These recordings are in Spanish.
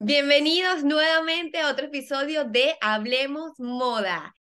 Bienvenidos nuevamente a otro episodio de Hablemos Moda.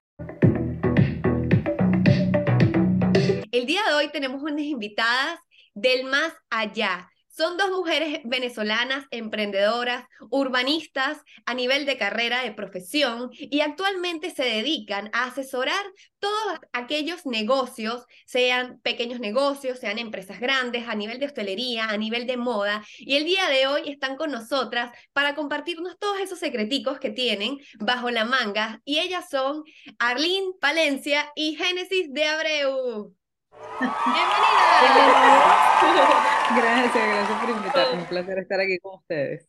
El día de hoy tenemos unas invitadas del más allá. Son dos mujeres venezolanas, emprendedoras, urbanistas a nivel de carrera, de profesión, y actualmente se dedican a asesorar todos aquellos negocios, sean pequeños negocios, sean empresas grandes, a nivel de hostelería, a nivel de moda. Y el día de hoy están con nosotras para compartirnos todos esos secreticos que tienen bajo la manga. Y ellas son Arlene Palencia y Génesis de Abreu. ¡Bienvenidas! Hola. Gracias por invitarme. Un placer estar aquí con ustedes.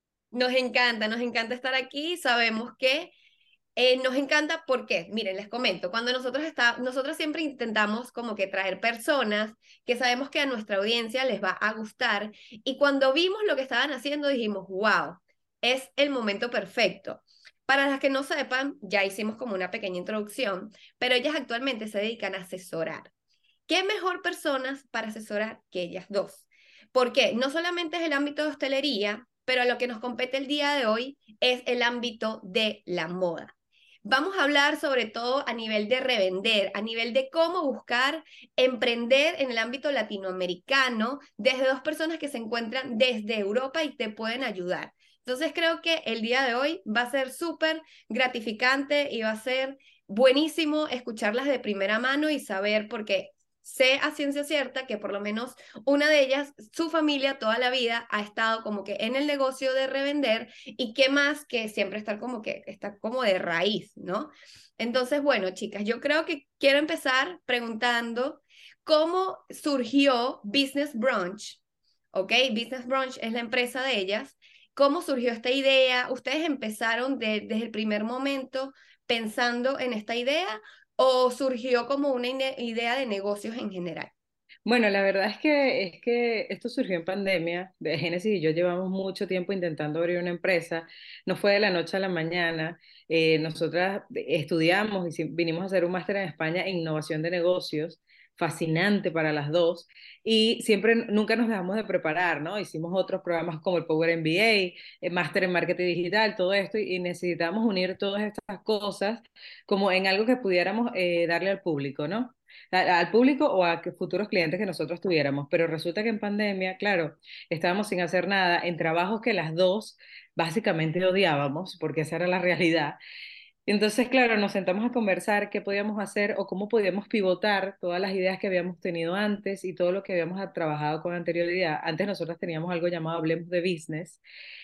Nos encanta estar aquí. Sabemos que nos encanta porque, miren, les comento, cuando nosotros siempre intentamos como que traer personas que sabemos que a nuestra audiencia les va a gustar y cuando vimos lo que estaban haciendo dijimos, wow, es el momento perfecto. Para las que no sepan, ya hicimos como una pequeña introducción, pero ellas actualmente se dedican a asesorar. ¿Qué mejor personas para asesorar que ellas dos? Porque no solamente es el ámbito de hostelería, pero lo que nos compete el día de hoy es el ámbito de la moda. Vamos a hablar sobre todo a nivel de revender, a nivel de cómo buscar emprender en el ámbito latinoamericano desde dos personas que se encuentran desde Europa y te pueden ayudar. Entonces creo que el día de hoy va a ser súper gratificante y va a ser buenísimo escucharlas de primera mano y saber, porque sé a ciencia cierta que por lo menos una de ellas, su familia toda la vida ha estado como que en el negocio de revender y qué más que siempre estar como que está como de raíz, ¿no? Entonces, bueno, chicas, yo creo que quiero empezar preguntando cómo surgió Business Brunch, ¿ok? Business Brunch es la empresa de ellas. ¿Cómo surgió esta idea? ¿Ustedes empezaron desde el primer momento pensando en esta idea o surgió como una idea de negocios en general? Bueno, la verdad es que esto surgió en pandemia. De Génesis y yo llevamos mucho tiempo intentando abrir una empresa. No fue de la noche a la mañana. Nosotras estudiamos y vinimos a hacer un máster en España en innovación de negocios, fascinante para las dos. Y siempre, nunca nos dejamos de preparar, ¿no? Hicimos otros programas como el Power MBA, máster en marketing digital, todo esto, y necesitamos unir todas estas cosas como en algo que pudiéramos darle al público, ¿no? Al público o a futuros clientes que nosotros tuviéramos. Pero resulta que en pandemia, claro, estábamos sin hacer nada en trabajos que las dos básicamente odiábamos, porque esa era la realidad. Entonces, claro, nos sentamos a conversar qué podíamos hacer o cómo podíamos pivotar todas las ideas que habíamos tenido antes y todo lo que habíamos trabajado con anterioridad. Antes nosotros teníamos algo llamado Hablemos de Business,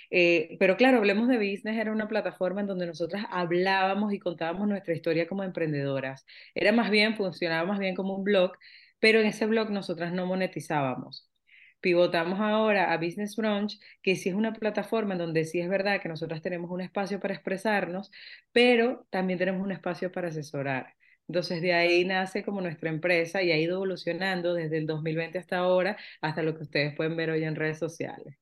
pero claro, Hablemos de Business era una plataforma en donde nosotras hablábamos y contábamos nuestra historia como emprendedoras. Era más bien, funcionaba más bien como un blog, pero en ese blog nosotras no monetizábamos. Pivotamos ahora a Business Brunch, que sí es una plataforma en donde sí es verdad que nosotros tenemos un espacio para expresarnos, pero también tenemos un espacio para asesorar. Entonces de ahí nace como nuestra empresa y ha ido evolucionando desde el 2020 hasta ahora, hasta lo que ustedes pueden ver hoy en redes sociales.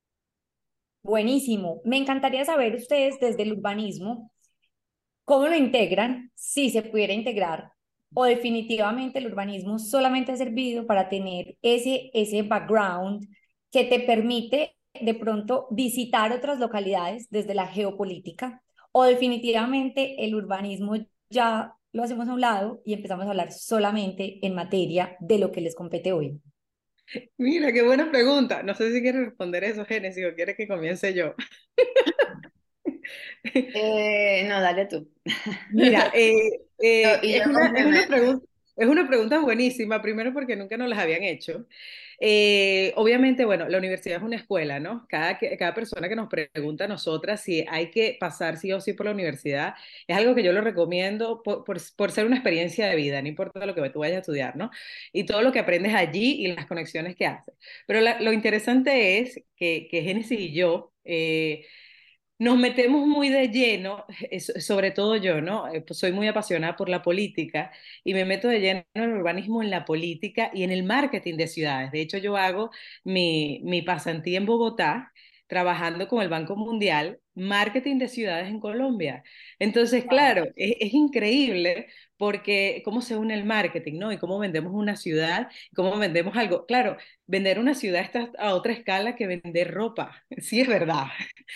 Buenísimo. Me encantaría saber ustedes desde el urbanismo, ¿cómo lo integran? Si se pudiera integrar. O definitivamente el urbanismo solamente ha servido para tener ese background que te permite de pronto visitar otras localidades desde la geopolítica. O definitivamente el urbanismo ya lo hacemos a un lado y empezamos a hablar solamente en materia de lo que les compete hoy. Mira, qué buena pregunta. No sé si quieres responder eso, Génesis, o quieres que comience yo. No, dale tú. Mira, Y yo complemento. es una pregunta buenísima, primero porque nunca nos las habían hecho. Obviamente, bueno, la universidad es una escuela, ¿no? Cada persona que nos pregunta a nosotras si hay que pasar sí o sí por la universidad, es algo que yo lo recomiendo por ser una experiencia de vida, no importa lo que tú vayas a estudiar, ¿no? Y todo lo que aprendes allí y las conexiones que haces. Pero lo interesante es que Génesis y yo... nos metemos muy de lleno, sobre todo yo, ¿no? Pues soy muy apasionada por la política y me meto de lleno en el urbanismo, en la política y en el marketing de ciudades. De hecho, yo hago mi pasantía en Bogotá trabajando con el Banco Mundial, marketing de ciudades en Colombia. Entonces, claro, es increíble porque cómo se une el marketing, ¿no? Y cómo vendemos una ciudad, cómo vendemos algo. Claro, vender una ciudad está a otra escala que vender ropa, sí es verdad.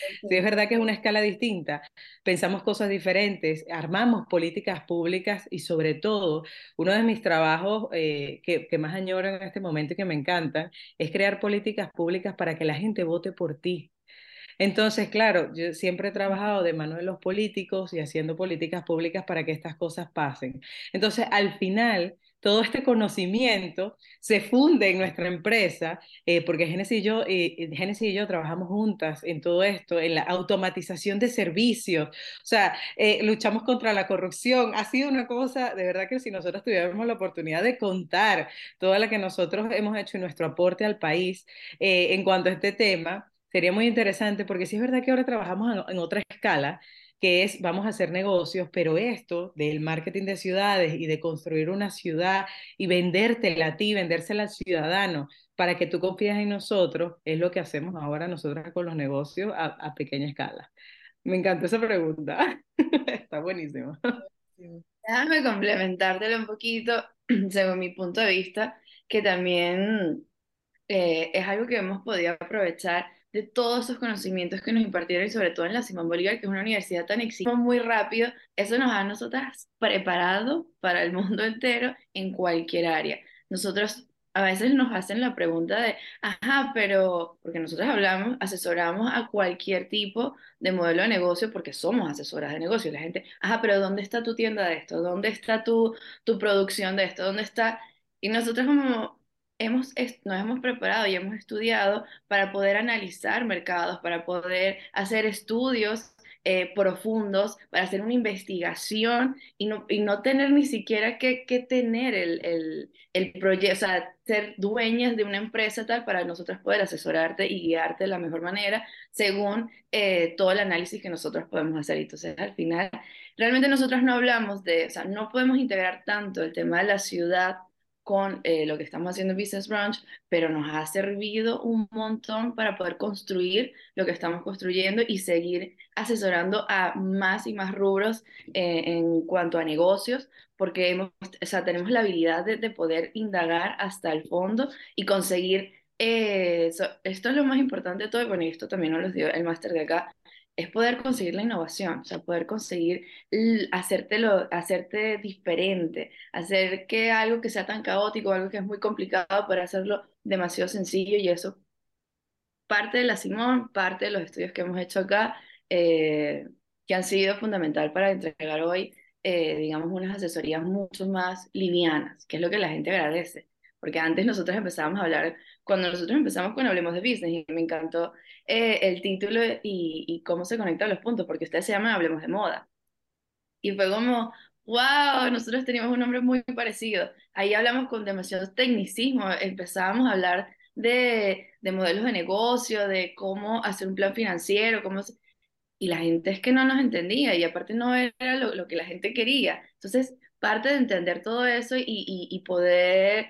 Sí, es verdad que es una escala distinta, pensamos cosas diferentes, armamos políticas públicas y sobre todo, uno de mis trabajos que más añoro en este momento y que me encantan es crear políticas públicas para que la gente vote por ti. Entonces, claro, yo siempre he trabajado de mano de los políticos y haciendo políticas públicas para que estas cosas pasen. Entonces, al final, todo este conocimiento se funde en nuestra empresa, porque Génesis y yo trabajamos juntas en todo esto, en la automatización de servicios, o sea, luchamos contra la corrupción. Ha sido una cosa, de verdad que si nosotros tuviéramos la oportunidad de contar toda la que nosotros hemos hecho y nuestro aporte al país en cuanto a este tema. Sería muy interesante porque sí es verdad que ahora trabajamos en otra escala, que es vamos a hacer negocios, pero esto del marketing de ciudades y de construir una ciudad y vendértela a ti, vendérsela al ciudadano para que tú confíes en nosotros, es lo que hacemos ahora nosotros con los negocios a pequeña escala. Me encantó esa pregunta. Está buenísimo. Déjame complementártelo un poquito, según mi punto de vista, que también es algo que hemos podido aprovechar de todos esos conocimientos que nos impartieron y sobre todo en la Simón Bolívar, que es una universidad tan exigente muy rápido, eso nos ha a nosotras preparado para el mundo entero en cualquier área. Nosotros a veces nos hacen la pregunta de, ajá, pero, porque nosotros hablamos, asesoramos a cualquier tipo de modelo de negocio porque somos asesoras de negocio. La gente, ajá, pero ¿dónde está tu tienda de esto? ¿Dónde está tu producción de esto? ¿Dónde está? Y nosotros como nos hemos preparado y hemos estudiado para poder analizar mercados, para poder hacer estudios profundos, para hacer una investigación y no tener ni siquiera que tener el proyecto, o sea, ser dueñas de una empresa tal para nosotros poder asesorarte y guiarte de la mejor manera según todo el análisis que nosotros podemos hacer. Entonces, al final, realmente nosotros no hablamos de, o sea, no podemos integrar tanto el tema de la ciudad con lo que estamos haciendo en Business Branch, pero nos ha servido un montón para poder construir lo que estamos construyendo y seguir asesorando a más y más rubros en cuanto a negocios, porque o sea, tenemos la habilidad de poder indagar hasta el fondo y conseguir, esto es lo más importante de todo, y bueno, y esto también nos lo dio el máster de acá, es poder conseguir la innovación, o sea, poder conseguir hacerte diferente, hacer que algo que sea tan caótico, algo que es muy complicado, para hacerlo demasiado sencillo y eso parte de la Simón, parte de los estudios que hemos hecho acá, que han sido fundamental para entregar hoy, digamos, unas asesorías mucho más livianas, que es lo que la gente agradece. Porque antes nosotros empezábamos a hablar, cuando nosotros empezamos con Hablemos de Business, y me encantó el título y cómo se conectan los puntos, porque ustedes se llaman Hablemos de Moda. Y fue como, wow, nosotros teníamos un nombre muy parecido. Ahí hablamos con demasiado tecnicismo, empezábamos a hablar de modelos de negocio, de cómo hacer un plan financiero, y la gente es que no nos entendía y aparte no era lo que la gente quería. Entonces, parte de entender todo eso y poder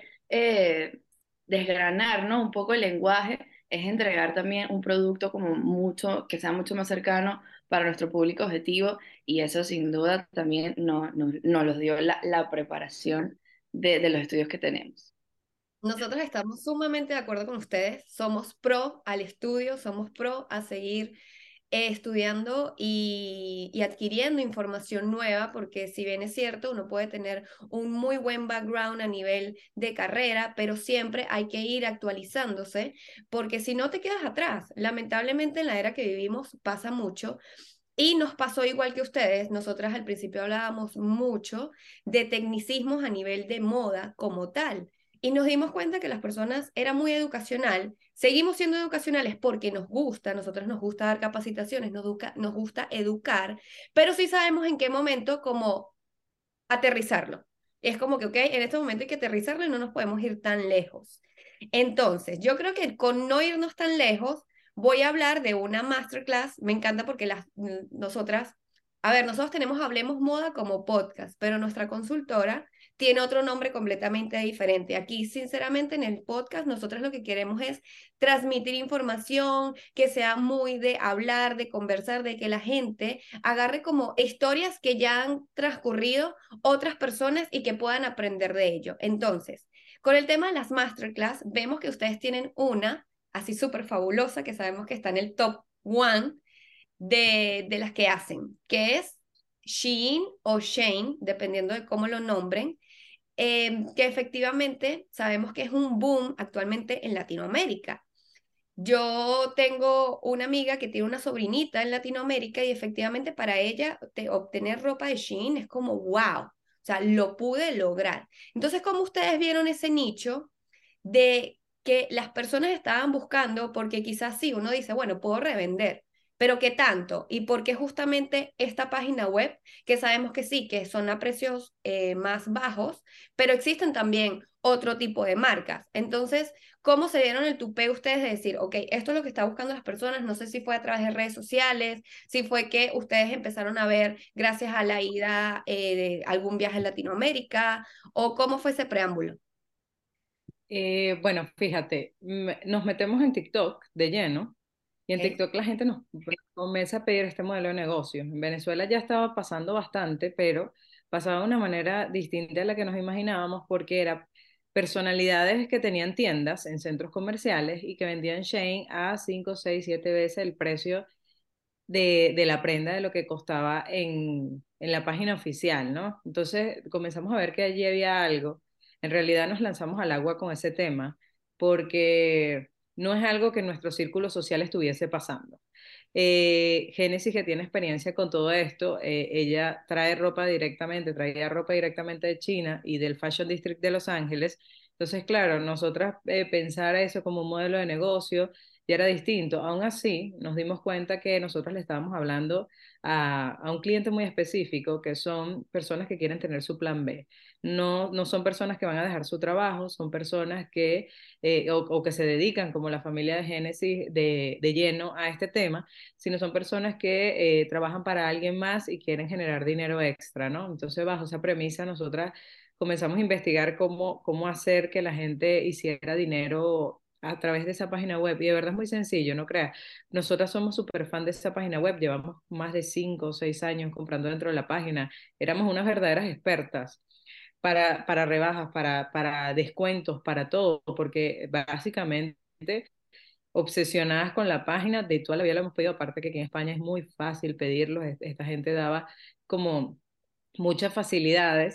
desgranar, ¿no? Un poco el lenguaje es entregar también un producto como mucho, que sea mucho más cercano para nuestro público objetivo y eso sin duda también nos los dio la preparación de los estudios que tenemos. Nosotros estamos sumamente de acuerdo con ustedes, somos pro al estudio, somos pro a seguir estudiando y adquiriendo información nueva, porque si bien es cierto, uno puede tener un muy buen background a nivel de carrera, pero siempre hay que ir actualizándose, porque si no te quedas atrás. Lamentablemente en la era que vivimos pasa mucho. Y nos pasó igual que ustedes, nosotras al principio hablábamos mucho de tecnicismos a nivel de moda como tal. Y nos dimos cuenta que las personas era muy educacional. Seguimos siendo educacionales porque nos gusta, a nosotros nos gusta dar capacitaciones, nos gusta educar, pero sí sabemos en qué momento como aterrizarlo. Es como que, ok, en este momento hay que aterrizarlo y no nos podemos ir tan lejos. Entonces, yo creo que con no irnos tan lejos, voy a hablar de una masterclass. Me encanta porque nosotras, a ver, nosotros tenemos Hablemos Moda como podcast, pero nuestra consultora tiene otro nombre completamente diferente. Aquí, sinceramente, en el podcast, nosotros lo que queremos es transmitir información que sea muy de hablar, de conversar, de que la gente agarre como historias que ya han transcurrido otras personas y que puedan aprender de ello. Entonces, con el tema de las masterclass, vemos que ustedes tienen una así súper fabulosa que sabemos que está en el top one, de las que hacen, que es Shein o Shane, dependiendo de cómo lo nombren, que efectivamente sabemos que es un boom actualmente en Latinoamérica. Yo tengo una amiga que tiene una sobrinita en Latinoamérica y efectivamente para ella obtener ropa de Shein es como wow, o sea, lo pude lograr. Entonces, ¿cómo ustedes vieron ese nicho de que las personas estaban buscando? Porque quizás sí, uno dice, bueno, puedo revender, pero ¿qué tanto? Y porque justamente esta página web, que sabemos que sí, que son a precios más bajos, pero existen también otro tipo de marcas. Entonces, ¿cómo se dieron el tupé ustedes de decir, ok, esto es lo que están buscando las personas? No sé si fue a través de redes sociales, si fue que ustedes empezaron a ver gracias a la ida de algún viaje en Latinoamérica, o cómo fue ese preámbulo. Bueno, fíjate, nos metemos en TikTok de lleno y en Ok. TikTok la gente nos comienza a pedir este modelo de negocio. En Venezuela ya estaba pasando bastante, pero pasaba de una manera distinta a la que nos imaginábamos porque era personalidades que tenían tiendas en centros comerciales y que vendían Shein a 5, 6, 7 veces el precio de la prenda de lo que costaba en la página oficial, ¿no? Entonces comenzamos a ver que allí había algo. En realidad nos lanzamos al agua con ese tema porque no es algo que en nuestro círculo social estuviese pasando. Génesis, que tiene experiencia con todo esto, ella trae ropa directamente, traía ropa directamente de China y del Fashion District de Los Ángeles. Entonces, claro, nosotras pensar eso como un modelo de negocio ya era distinto. Aún así, nos dimos cuenta que nosotros le estábamos hablando a un cliente muy específico, que son personas que quieren tener su plan B. No, no son personas que van a dejar su trabajo, son personas que, o que se dedican, como la familia de Génesis, de lleno a este tema, sino son personas que trabajan para alguien más y quieren generar dinero extra, ¿no? Entonces, bajo esa premisa, nosotras comenzamos a investigar cómo hacer que la gente hiciera dinero a través de esa página web. Y de verdad es muy sencillo, no creas. Nosotras somos súper fan de esa página web, llevamos más de 5 o 6 años comprando dentro de la página. Éramos unas verdaderas expertas para rebajas, para descuentos, para todo, porque básicamente obsesionadas con la página, de toda la vida lo hemos pedido, aparte que aquí en España es muy fácil pedirlos, esta gente daba como muchas facilidades.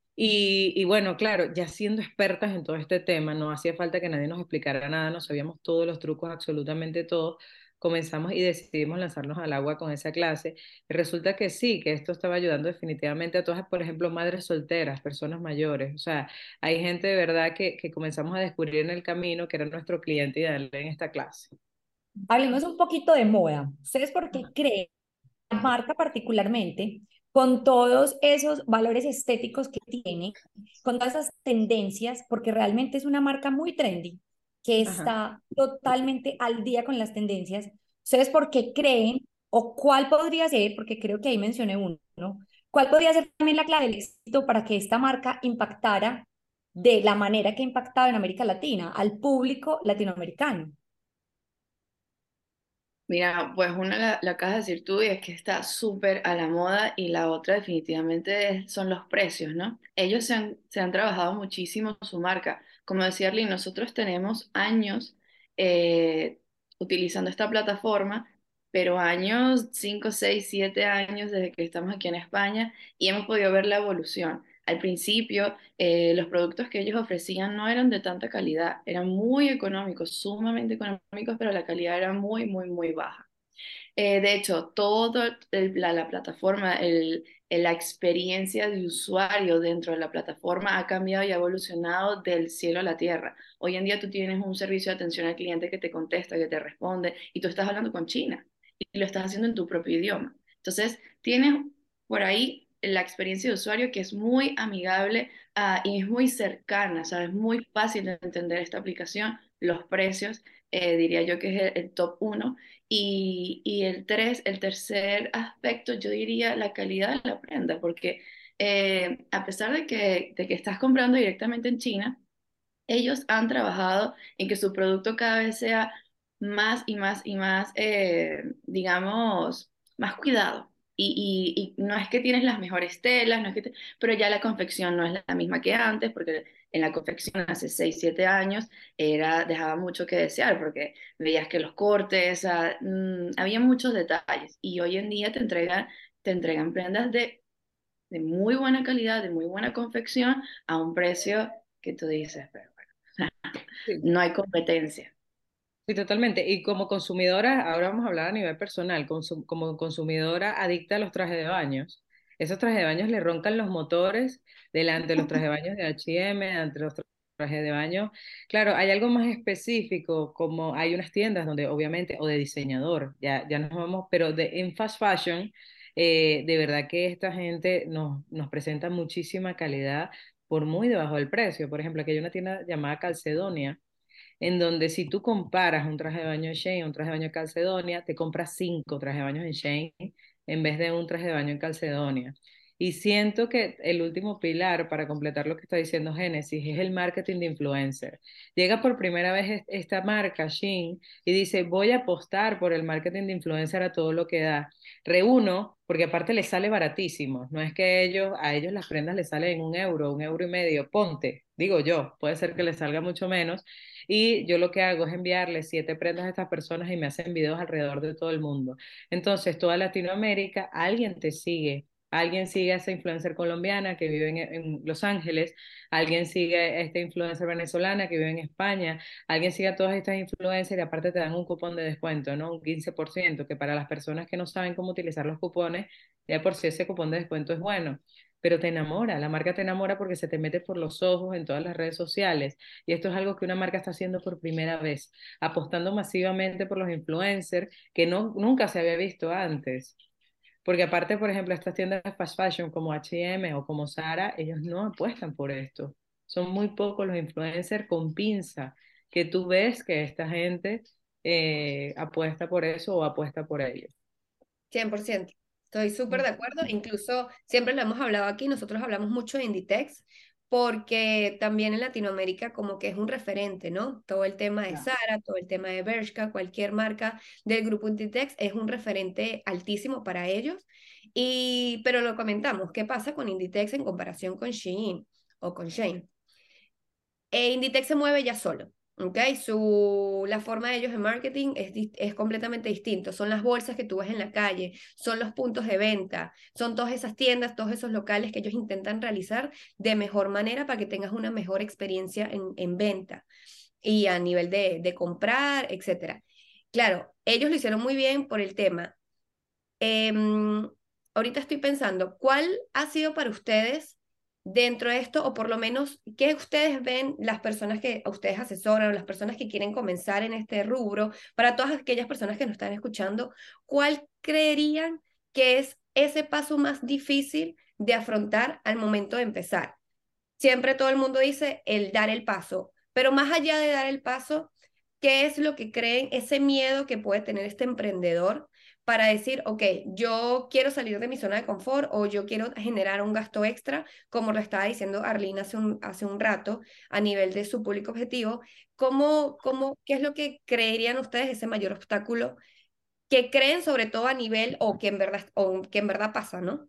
Y bueno, claro, ya siendo expertas en todo este tema, no hacía falta que nadie nos explicara nada, no sabíamos todos los trucos, absolutamente todos. Comenzamos y decidimos lanzarnos al agua con esa clase. Y resulta que sí, que esto estaba ayudando definitivamente a todas, por ejemplo, madres solteras, personas mayores. O sea, hay gente de verdad que comenzamos a descubrir en el camino que era nuestro cliente ideal en esta clase. Hablemos un poquito de moda. ¿Ustedes por qué creen la marca particularmente, con todos esos valores estéticos que tiene, con todas esas tendencias, porque realmente es una marca muy trendy, que Ajá. está totalmente al día con las tendencias? ¿Ustedes por qué creen o cuál podría ser, porque creo que ahí mencioné uno, ¿no? ¿Cuál podría ser también la clave del éxito para que esta marca impactara de la manera que ha impactado en América Latina, al público latinoamericano? Mira, pues una la acabas de decir tú y es que está súper a la moda y la otra definitivamente son los precios, ¿no? Ellos se han trabajado muchísimo su marca. Como decía Arlene, nosotros tenemos años eh, utilizando esta plataforma, pero años, 5, 6, 7 años desde que estamos aquí en España y hemos podido ver la evolución. Al principio, los productos que ellos ofrecían no eran de tanta calidad, eran muy económicos, sumamente económicos, pero la calidad era muy, muy, muy baja. De hecho, toda la plataforma, la experiencia de usuario dentro de la plataforma ha cambiado y ha evolucionado del cielo a la tierra. Hoy en día tú tienes un servicio de atención al cliente que te contesta, que te responde, y tú estás hablando con China y lo estás haciendo en tu propio idioma. Entonces, tienes por ahí la experiencia de usuario que es muy amigable, y es muy cercana, ¿sabes? Muy fácil de entender esta aplicación. Los precios, diría yo que es el top uno. Y el tercer aspecto, yo diría la calidad de la prenda, porque a pesar de que estás comprando directamente en China, ellos han trabajado en que su producto cada vez sea más y más y más, digamos, más cuidado. y no es que tienes las mejores telas, no es que pero ya la confección no es la misma que antes, porque en la confección hace 6 7 años dejaba mucho que desear, porque veías que los cortes, había muchos detalles, y hoy en día te entregan prendas de muy buena calidad, de muy buena confección, a un precio que tú dices, pero bueno, Sí. no hay competencia. Sí, totalmente. Y como consumidora, ahora vamos a hablar a nivel personal, como consumidora adicta a los trajes de baños. Esos trajes de baños le roncan los motores delante de los trajes de baños de H&M, ante los trajes de baño. Claro, hay algo más específico, como hay unas tiendas donde obviamente, o de diseñador, ya nos vamos, pero en fast fashion, de verdad que esta gente nos presenta muchísima calidad por muy debajo del precio. Por ejemplo, aquí hay una tienda llamada Calcedonia en donde si tú comparas un traje de baño de Shane a un traje de baño de Calcedonia, te compras 5 trajes de baño en Shane en vez de un traje de baño en Calcedonia. Y siento que el último pilar para completar lo que está diciendo Génesis es el marketing de influencer. Llega por primera vez esta marca, Shein, y dice, voy a apostar por el marketing de influencer a todo lo que da. Reúno, porque aparte les sale baratísimo. No es que a ellos las prendas les salen en 1 euro, 1 euro y medio. Ponte, digo yo, puede ser que les salga mucho menos y yo lo que hago es enviarles 7 prendas a estas personas y me hacen videos alrededor de todo el mundo. Entonces, toda Latinoamérica, alguien sigue a esa influencer colombiana que vive en Los Ángeles, alguien sigue a esta influencer venezolana que vive en España, alguien sigue a todas estas influencers y aparte te dan un cupón de descuento, ¿no? Un 15%, que para las personas que no saben cómo utilizar los cupones, ya por si ese cupón de descuento es bueno. Pero te enamora, la marca te enamora porque se te mete por los ojos en todas las redes sociales. Y esto es algo que una marca está haciendo por primera vez, apostando masivamente por los influencers que nunca se había visto antes. Porque aparte, por ejemplo, estas tiendas de fast fashion como H&M o como Zara, ellos no apuestan por esto. Son muy pocos los influencers con pinza que tú ves que esta gente apuesta por eso o apuesta por ello. 100%. Estoy súper de acuerdo. Incluso siempre lo hemos hablado aquí, nosotros hablamos mucho de Inditex porque también en Latinoamérica como que es un referente, ¿no? Todo el tema de Claro. Zara, todo el tema de Bershka, cualquier marca del grupo Inditex es un referente altísimo para ellos. Pero lo comentamos, ¿qué pasa con Inditex en comparación con Shein o con Shein? Inditex se mueve ya solo, ¿ok? La forma de ellos en marketing es completamente distinto. Son las bolsas que tú ves en la calle, son los puntos de venta, son todas esas tiendas, todos esos locales que ellos intentan realizar de mejor manera para que tengas una mejor experiencia en venta y a nivel de comprar, etcétera. Claro, ellos lo hicieron muy bien por el tema. Em, Ahorita estoy pensando, ¿cuál ha sido para ustedes dentro de esto, o por lo menos, qué ustedes ven las personas que a ustedes asesoran o las personas que quieren comenzar en este rubro, para todas aquellas personas que nos están escuchando, ¿cuál creerían que es ese paso más difícil de afrontar al momento de empezar? Siempre todo el mundo dice el dar el paso, pero más allá de dar el paso, ¿qué es lo que creen, ese miedo que puede tener este emprendedor para decir, ok, yo quiero salir de mi zona de confort o yo quiero generar un gasto extra, como lo estaba diciendo Arlene hace un rato, a nivel de su público objetivo? ¿Qué es lo que creerían ustedes ese mayor obstáculo que creen sobre todo a nivel o que en verdad pasa, ¿no?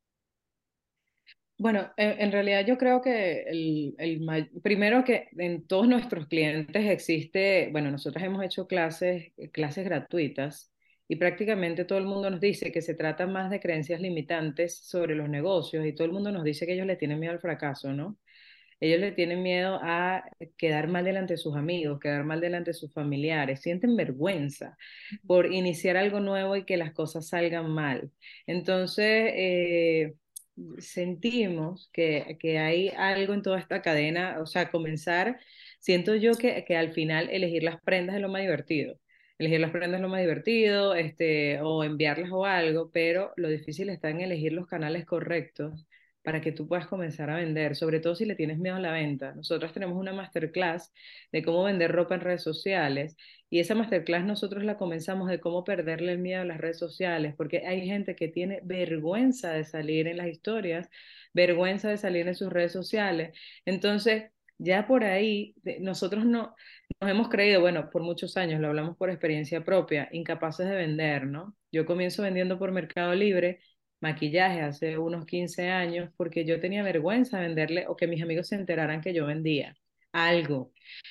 Bueno, en realidad yo creo que primero que en todos nuestros clientes existe, bueno, nosotros hemos hecho clases gratuitas y prácticamente todo el mundo nos dice que se trata más de creencias limitantes sobre los negocios y todo el mundo nos dice que ellos le tienen miedo al fracaso, ¿no? Ellos le tienen miedo a quedar mal delante de sus amigos, quedar mal delante de sus familiares, sienten vergüenza por iniciar algo nuevo y que las cosas salgan mal. Entonces, sentimos que hay algo en toda esta cadena, o sea, comenzar, siento yo que al final elegir las prendas es lo más divertido. Elegir las prendas es lo más divertido, o enviarlas o algo, pero lo difícil está en elegir los canales correctos para que tú puedas comenzar a vender, sobre todo si le tienes miedo a la venta. Nosotros tenemos una masterclass de cómo vender ropa en redes sociales y esa masterclass nosotros la comenzamos de cómo perderle el miedo a las redes sociales, porque hay gente que tiene vergüenza de salir en las historias, vergüenza de salir en sus redes sociales. Entonces, ya por ahí, nosotros no nos hemos creído, bueno, por muchos años, lo hablamos por experiencia propia, incapaces de vender, ¿no? Yo comienzo vendiendo por Mercado Libre maquillaje hace unos 15 años porque yo tenía vergüenza de venderle o que mis amigos se enteraran que yo vendía algo,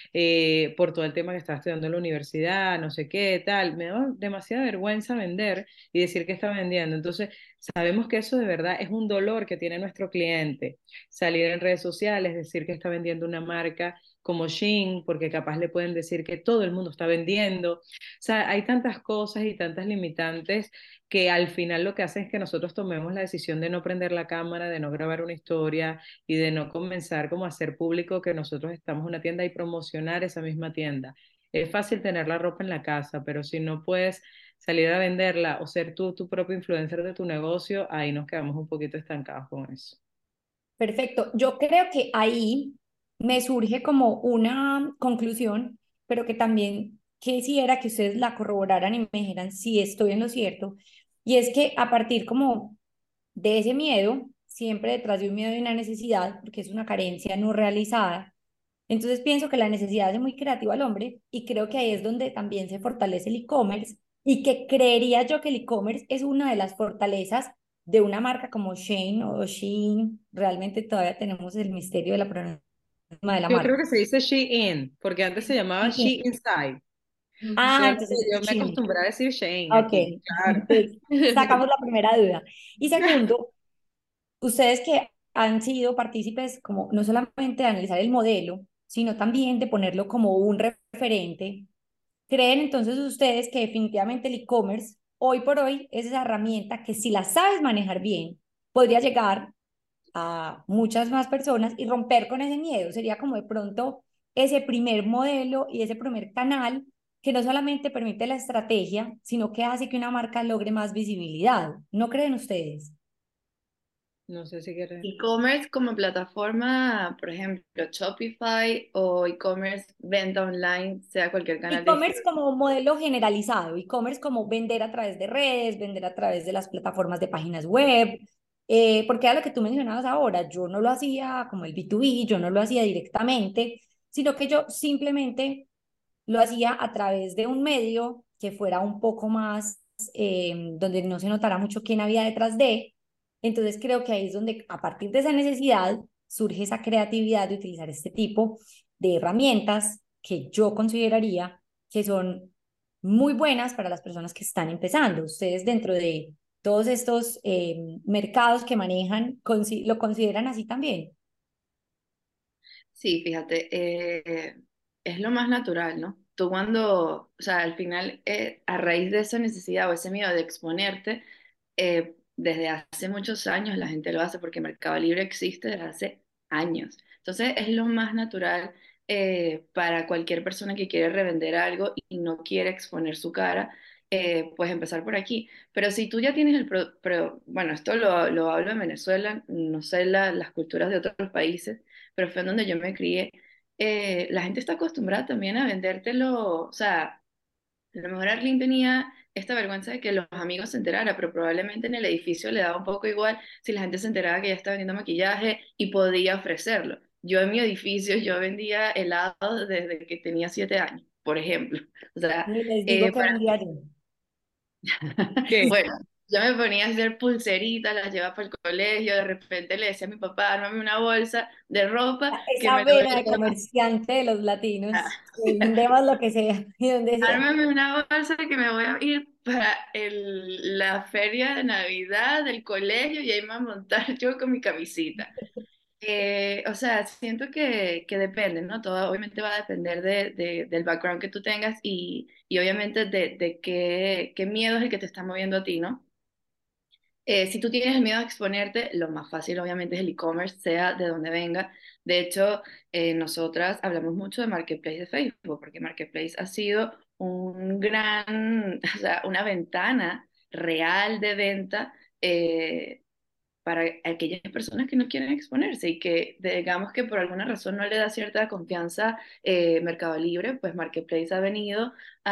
por todo el tema que estaba estudiando en la universidad, no sé qué, tal. Me daba demasiada vergüenza vender y decir que estaba vendiendo. Entonces, sabemos que eso de verdad es un dolor que tiene nuestro cliente. Salir en redes sociales, decir que está vendiendo una marca como Shein, porque capaz le pueden decir que todo el mundo está vendiendo. O sea, hay tantas cosas y tantas limitantes que al final lo que hacen es que nosotros tomemos la decisión de no prender la cámara, de no grabar una historia y de no comenzar como a hacer público que nosotros estamos en una tienda y promocionar esa misma tienda. Es fácil tener la ropa en la casa, pero si no puedes salir a venderla o ser tú tu propio influencer de tu negocio, ahí nos quedamos un poquito estancados con eso. Perfecto. Yo creo que ahí me surge como una conclusión, pero que también quisiera que ustedes la corroboraran y me dijeran si estoy en lo cierto. Y es que a partir como de ese miedo, siempre detrás de un miedo hay una necesidad, porque es una carencia no realizada. Entonces pienso que la necesidad hace muy creativo al hombre y creo que ahí es donde también se fortalece el e-commerce y que creería yo que el e-commerce es una de las fortalezas de una marca como Shein o Shein. Realmente todavía tenemos el misterio de la pronunciación de la Yo creo marca. que se dice Shein, porque antes se llamaba She Inside. Ah, Solo que entonces yo me Shein. acostumbré a decir Shein Ok, aquí, claro. entonces sacamos la primera duda. Y segundo, ustedes que han sido partícipes como no solamente de analizar el modelo, sino también de ponerlo como un referente. ¿Creen entonces ustedes que definitivamente el e-commerce hoy por hoy es esa herramienta que si la sabes manejar bien, podría llegar a muchas más personas y romper con ese miedo? Sería como de pronto ese primer modelo y ese primer canal que no solamente permite la estrategia, sino que hace que una marca logre más visibilidad. ¿No creen ustedes? No sé si quieres. E-commerce como plataforma, por ejemplo, Shopify o e-commerce, venta online, sea cualquier canal de E-commerce distribución. como modelo generalizado, e-commerce como vender a través de redes, vender a través de las plataformas de páginas web, porque era lo que tú mencionabas ahora, yo no lo hacía como el B2B, yo no lo hacía directamente, sino que yo simplemente lo hacía a través de un medio que fuera un poco más, donde no se notara mucho quién había detrás de. Entonces creo que ahí es donde a partir de esa necesidad surge esa creatividad de utilizar este tipo de herramientas que yo consideraría que son muy buenas para las personas que están empezando. Ustedes dentro de todos estos mercados que manejan, ¿lo consideran así también? Sí, fíjate, es lo más natural, ¿no? Tú cuando, o sea, al final, a raíz de esa necesidad o ese miedo de exponerte, desde hace muchos años la gente lo hace porque Mercado Libre existe desde hace años. Entonces es lo más natural para cualquier persona que quiere revender algo y no quiere exponer su cara, pues empezar por aquí. Pero si tú ya tienes bueno, esto lo hablo en Venezuela, no sé las culturas de otros países, pero fue en donde yo me crié. La gente está acostumbrada también a vendértelo, o sea, a lo mejor Arlene tenía esta vergüenza de que los amigos se enteraran, pero probablemente en el edificio le daba un poco igual si la gente se enteraba que ella estaba vendiendo maquillaje y podía ofrecerlo. Yo en mi edificio, yo vendía helados desde que tenía 7 años, por ejemplo. O sea, Y les digo que para vendía yo. ¿Qué? bueno, yo me ponía a hacer pulseritas, las llevaba para el colegio, de repente le decía a mi papá, ármame una bolsa de ropa que Esa me lo voy vena a de llevar. comerciante de los latinos, vendemos lo que sea y donde sea. Ármame una bolsa que me voy a ir para la feria de Navidad del colegio y ahí me voy a montar yo con mi camisita. O sea, siento que depende, ¿no? Todo obviamente va a depender del background que tú tengas y obviamente de qué miedo es el que te está moviendo a ti, ¿no? Si tú tienes el miedo a exponerte, lo más fácil obviamente es el e-commerce, sea de donde venga. De hecho, nosotras hablamos mucho de Marketplace de Facebook, porque Marketplace ha sido un gran, o sea, una ventana real de venta para aquellas personas que no quieren exponerse y que digamos que por alguna razón no le da cierta confianza Mercado Libre, pues Marketplace ha venido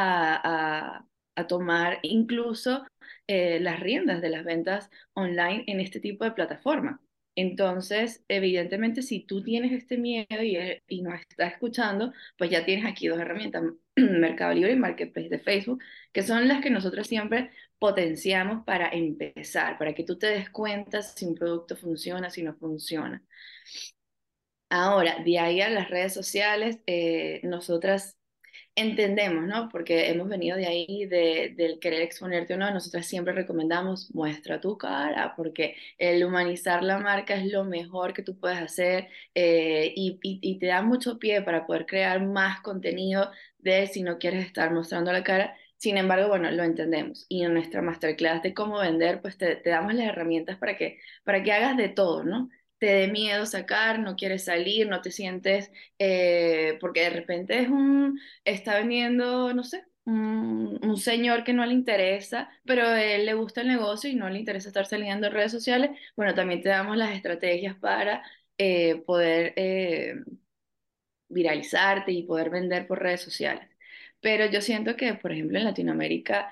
a tomar incluso las riendas de las ventas online en este tipo de plataforma. Entonces, evidentemente, si tú tienes este miedo y nos estás escuchando, pues ya tienes aquí dos herramientas, Mercado Libre y Marketplace de Facebook, que son las que nosotros siempre potenciamos para empezar, para que tú te des cuenta si un producto funciona, si no funciona. Ahora, de ahí a las redes sociales, nosotras entendemos, ¿no? Porque hemos venido de ahí, del querer exponerte o no, nosotras siempre recomendamos muestra tu cara, porque el humanizar la marca es lo mejor que tú puedes hacer, y te da mucho pie para poder crear más contenido de si no quieres estar mostrando la cara. Sin embargo, bueno, lo entendemos. Y en nuestra masterclass de cómo vender, pues te damos las herramientas para que hagas de todo, ¿no? Te dé miedo sacar, no quieres salir, no te sientes, porque de repente está vendiendo, no sé, un señor que no le interesa, pero a él le gusta el negocio y no le interesa estar saliendo en redes sociales. Bueno, también te damos las estrategias para poder viralizarte y poder vender por redes sociales. Pero yo siento que, por ejemplo, en Latinoamérica,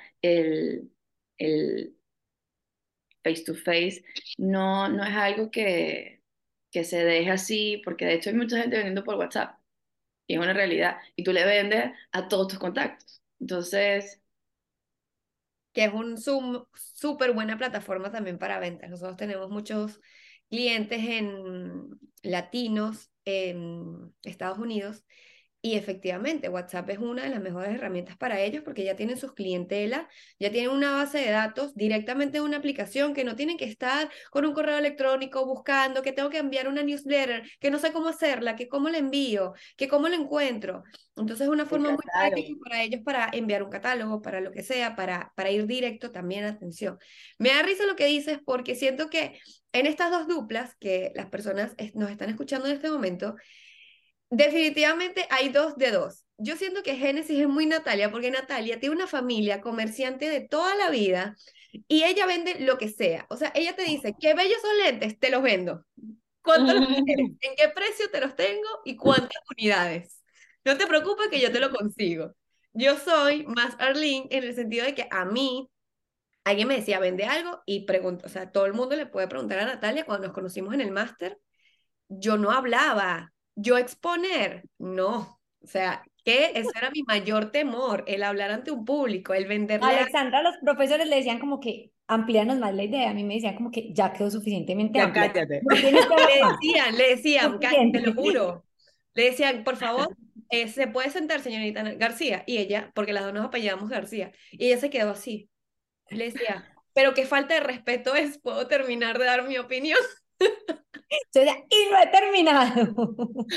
el face to face no es algo que se deje así, porque de hecho hay mucha gente vendiendo por WhatsApp, y es una realidad, y tú le vendes a todos tus contactos. Entonces, Que es un súper buena plataforma también para ventas. Nosotros tenemos muchos clientes en latinos en Estados Unidos y efectivamente WhatsApp es una de las mejores herramientas para ellos porque ya tienen sus clientelas, ya tienen una base de datos directamente en una aplicación que no tienen que estar con un correo electrónico buscando que tengo que enviar una newsletter, que no sé cómo hacerla, que cómo la envío, que cómo la encuentro. Entonces es una el forma muy práctica catálogo. para ellos para enviar un catálogo, para lo que sea, para ir directo también, atención. Me da risa lo que dices porque siento que en estas dos duplas que las personas nos están escuchando en este momento, definitivamente hay dos de dos. Yo siento que Génesis es muy Natalia porque Natalia tiene una familia comerciante de toda la vida y ella vende lo que sea. O sea, ella te dice, qué bellos son lentes, te los vendo. ¿Cuánto los quieres? ¿En qué precio te los tengo? ¿Y cuántas unidades? No te preocupes que yo te lo consigo. Yo soy más Arlene en el sentido de que a mí alguien me decía, vende algo y pregunto, o sea, todo el mundo le puede preguntar a Natalia cuando nos conocimos en el máster, yo no hablaba, yo exponer, no. O sea, que ese era mi mayor temor, el hablar ante un público, el venderle a... Alexandra, los profesores le decían como que amplíanos más la idea. A mí me decían como que ya quedó suficientemente Ya amplia. cállate. No tienes que hablar más. Le decían, te lo Suficiente. juro, le decían, por favor, ¿se puede sentar, señorita García? Y ella, porque las dos nos apellidamos García, y ella se quedó así. Y le decía, pero qué falta de respeto es, ¿puedo terminar de dar mi opinión? Yo decía, y no he terminado.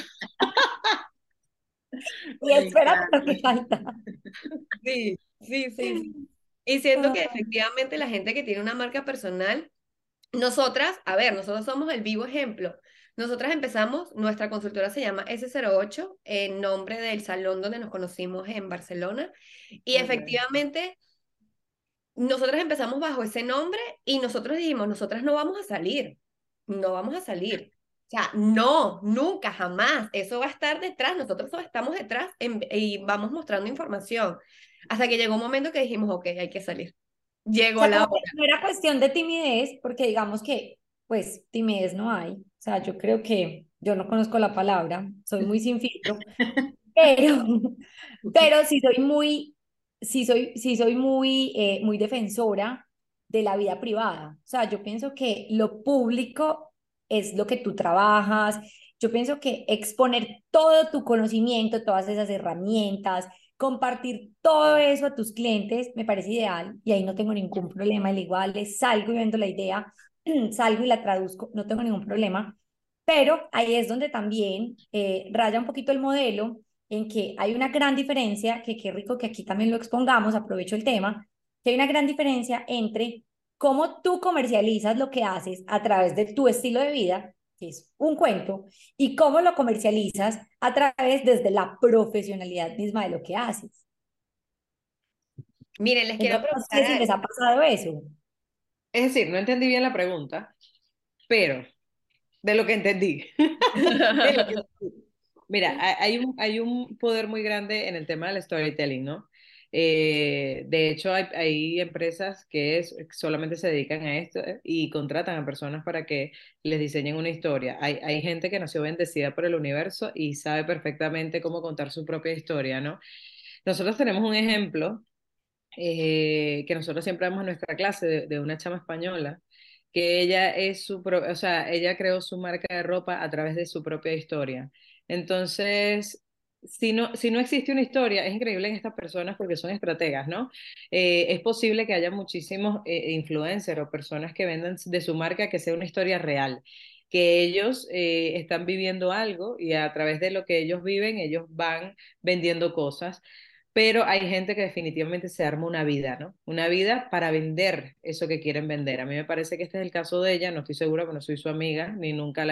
Y Me espérate lo encanta. que falta. Sí, sí, sí, sí. Y siento que efectivamente la gente que tiene una marca personal, nosotras, a ver, nosotros somos el vivo ejemplo. Nosotras empezamos, nuestra consultora se llama S08, en nombre del salón donde nos conocimos en Barcelona. Y Okay. efectivamente, nosotras empezamos bajo ese nombre y nosotros dijimos, nosotras no vamos a salir, no vamos a salir. O sea, no, nunca, jamás. Eso va a estar detrás, nosotros solo estamos detrás y vamos mostrando información. Hasta que llegó un momento que dijimos, ok, hay que salir. O Llegó sea, la como que hora. no era cuestión de timidez, porque digamos que, pues, timidez no hay. O sea, yo creo que yo no conozco la palabra, soy muy sin filtro, pero, pero sí soy muy, muy defensora de la vida privada. O sea, yo pienso que lo público es lo que tú trabajas. Yo pienso que exponer todo tu conocimiento, todas esas herramientas, compartir todo eso a tus clientes me parece ideal y ahí no tengo ningún problema. Al igual les salgo y vendo la idea, salgo y la traduzco, no tengo ningún problema. Pero ahí es donde también raya un poquito el modelo en que hay una gran diferencia, que qué rico que aquí también lo expongamos, aprovecho el tema, que hay una gran diferencia entre cómo tú comercializas lo que haces a través de tu estilo de vida, que es un cuento, y cómo lo comercializas a través desde la profesionalidad misma de lo que haces. Miren, les quiero Entonces, no preguntar sé si les algo. ha pasado eso. Es decir, no entendí bien la pregunta, pero de lo que entendí. De lo que entendí. Mira, hay un poder muy grande en el tema del storytelling, ¿no? De hecho, hay empresas que solamente se dedican a esto, y contratan a personas para que les diseñen una historia. Hay gente que nació bendecida por el universo y sabe perfectamente cómo contar su propia historia, ¿no? Nosotros tenemos un ejemplo que nosotros siempre damos en nuestra clase de una chama española, que ella o sea, ella creó su marca de ropa a través de su propia historia. Entonces, si no existe una historia, es increíble en estas personas porque son estrategas, ¿no? Es posible que haya muchísimos influencers o personas que vendan de su marca que sea una historia real, que ellos están viviendo algo y a través de lo que ellos viven, ellos van vendiendo cosas, pero hay gente que definitivamente se arma una vida, ¿no? Una vida para vender eso que quieren vender. A mí me parece que este es el caso de ella, no estoy segura porque no soy su amiga, ni nunca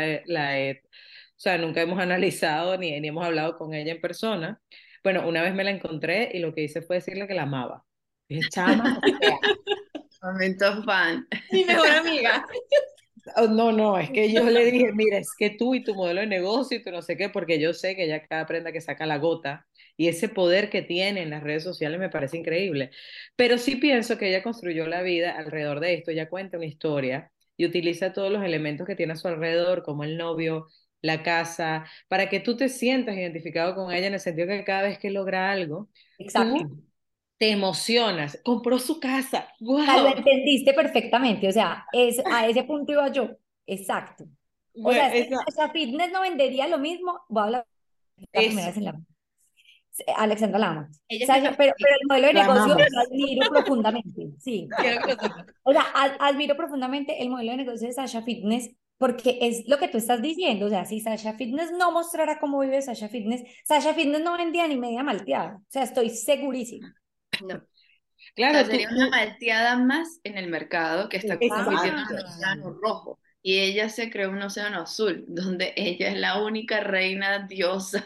o sea, nunca hemos analizado ni hemos hablado con ella en persona. Bueno, una vez me la encontré y lo que hice fue decirle que la amaba. Dije, chama, o sea, Momento fan. Mi mejor amiga. oh, no, no, es que yo le dije, mira, es que tú y tu modelo de negocio y tú no sé qué, porque yo sé que ella cada prenda que saca la gota y ese poder que tiene en las redes sociales me parece increíble. Pero sí pienso que ella construyó la vida alrededor de esto, ella cuenta una historia y utiliza todos los elementos que tiene a su alrededor, como el novio, la casa, para que tú te sientas identificado con ella en el sentido que cada vez que logra algo, Exacto. tú te emocionas. Compró su casa, O sea, lo wow. entendiste perfectamente, o sea, a ese punto iba yo. Exacto. O Bueno, sea, es que Sasha Fitness no vendería lo mismo. Voy a hablar la primera eso, vez en la... Alexandra Lama. Ella es mi Sasha, mejor pero amiga. el modelo de la negocio amamos. lo admiro profundamente, sí. Quiero que lo sepas. O sea, admiro profundamente el modelo de negocio de Sasha Fitness porque es lo que tú estás diciendo. O sea, si Sasha Fitness no mostrara cómo vive Sasha Fitness no vendía ni media malteada. O sea, estoy segurísima. No. O sea, Claro, sería una malteada más en el mercado que está compitiendo en Exacto. el océano rojo. Y ella se creó un océano azul, donde ella es la única reina diosa.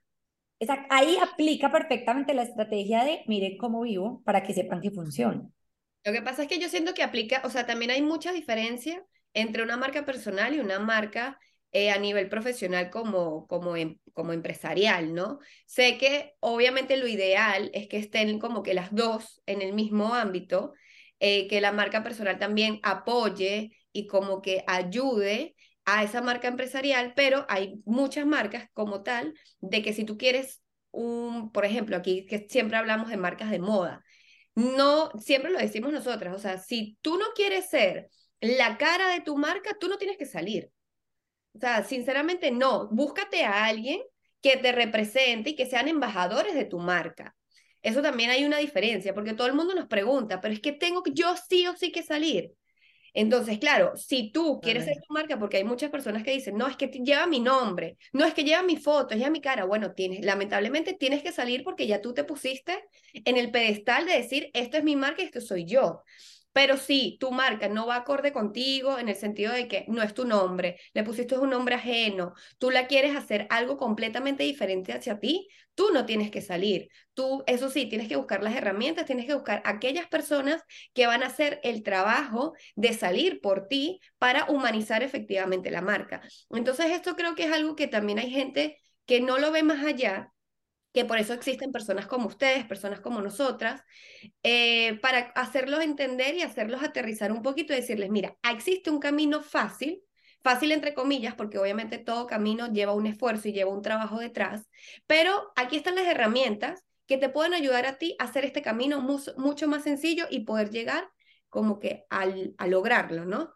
Ahí aplica perfectamente la estrategia de miren cómo vivo para que sepan que funciona. Lo que pasa es que yo siento que aplica, o sea, también hay mucha diferencia entre una marca personal y una marca a nivel profesional como empresarial, ¿no? Sé que obviamente lo ideal es que estén como que las dos en el mismo ámbito, que la marca personal también apoye y como que ayude a esa marca empresarial, pero hay muchas marcas como tal de que si tú quieres por ejemplo, aquí que siempre hablamos de marcas de moda. No, siempre lo decimos nosotras, o sea, si tú no quieres ser la cara de tu marca, tú no tienes que salir. O sea, sinceramente no, búscate a alguien que te represente y que sean embajadores de tu marca. Eso también hay una diferencia, porque todo el mundo nos pregunta, pero es que tengo yo sí o sí que salir. Entonces, claro, si tú quieres ser tu marca, porque hay muchas personas que dicen, no, es que lleva mi nombre, no es que lleva mi foto, lleva mi cara, bueno, lamentablemente tienes que salir porque ya tú te pusiste en el pedestal de decir, esto es mi marca y esto soy yo. Pero si tu marca no va acorde contigo en el sentido de que no es tu nombre, le pusiste un nombre ajeno, tú la quieres hacer algo completamente diferente hacia ti, tú no tienes que salir. Tú, eso sí, tienes que buscar las herramientas, tienes que buscar aquellas personas que van a hacer el trabajo de salir por ti para humanizar efectivamente la marca. Entonces, esto creo que es algo que también hay gente que no lo ve más allá, que por eso existen personas como ustedes, personas como nosotras, para hacerlos entender y hacerlos aterrizar un poquito y decirles, mira, existe un camino fácil, fácil entre comillas, porque obviamente todo camino lleva un esfuerzo y lleva un trabajo detrás, pero aquí están las herramientas que te pueden ayudar a ti a hacer este camino mucho más sencillo y poder llegar como que a lograrlo, ¿no?